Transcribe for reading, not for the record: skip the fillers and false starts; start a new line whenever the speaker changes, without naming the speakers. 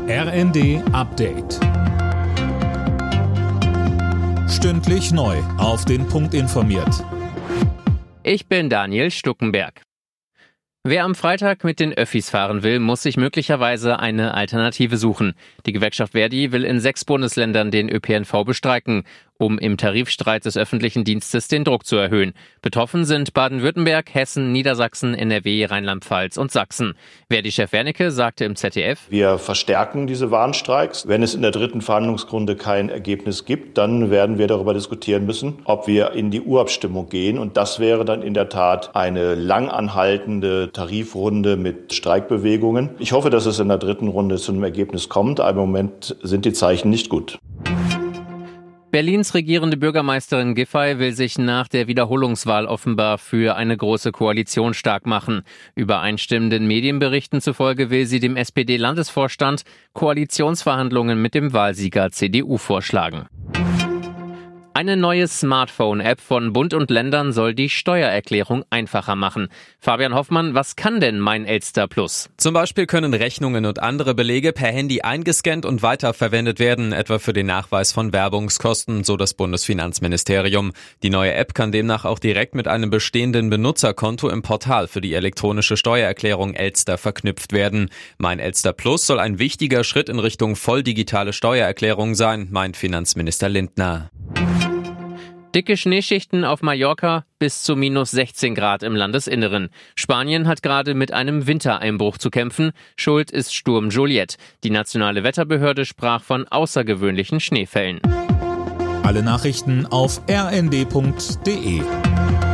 RND Update. Stündlich neu auf den Punkt informiert.
Ich bin Daniel Stuckenberg. Wer am Freitag mit den Öffis fahren will, muss sich möglicherweise eine Alternative suchen. Die Gewerkschaft Verdi will in 6 Bundesländern den ÖPNV bestreiken, um im Tarifstreit des öffentlichen Dienstes den Druck zu erhöhen. Betroffen sind Baden-Württemberg, Hessen, Niedersachsen, NRW, Rheinland-Pfalz und Sachsen. Verdi-Chef Wernicke sagte im ZDF:
Wir verstärken diese Warnstreiks. Wenn es in der 3. Verhandlungsrunde kein Ergebnis gibt, dann werden wir darüber diskutieren müssen, ob wir in die Urabstimmung gehen. Und das wäre dann in der Tat eine lang anhaltende Tarifrunde mit Streikbewegungen. Ich hoffe, dass es in der 3. Runde zu einem Ergebnis kommt, aber im Moment sind die Zeichen nicht gut.
Berlins regierende Bürgermeisterin Giffey will sich nach der Wiederholungswahl offenbar für eine große Koalition stark machen. Übereinstimmenden Medienberichten zufolge will sie dem SPD-Landesvorstand Koalitionsverhandlungen mit dem Wahlsieger CDU vorschlagen. Eine neue Smartphone-App von Bund und Ländern soll die Steuererklärung einfacher machen. Fabian Hoffmann, was kann denn Mein Elster Plus?
Zum Beispiel können Rechnungen und andere Belege per Handy eingescannt und weiterverwendet werden, etwa für den Nachweis von Werbungskosten, so das Bundesfinanzministerium. Die neue App kann demnach auch direkt mit einem bestehenden Benutzerkonto im Portal für die elektronische Steuererklärung Elster verknüpft werden. Mein Elster Plus soll ein wichtiger Schritt in Richtung voll digitale Steuererklärung sein, meint Finanzminister Lindner.
Dicke Schneeschichten auf Mallorca, bis zu minus 16 Grad im Landesinneren. Spanien hat gerade mit einem Wintereinbruch zu kämpfen. Schuld ist Sturm Juliette. Die nationale Wetterbehörde sprach von außergewöhnlichen Schneefällen.
Alle Nachrichten auf rnd.de.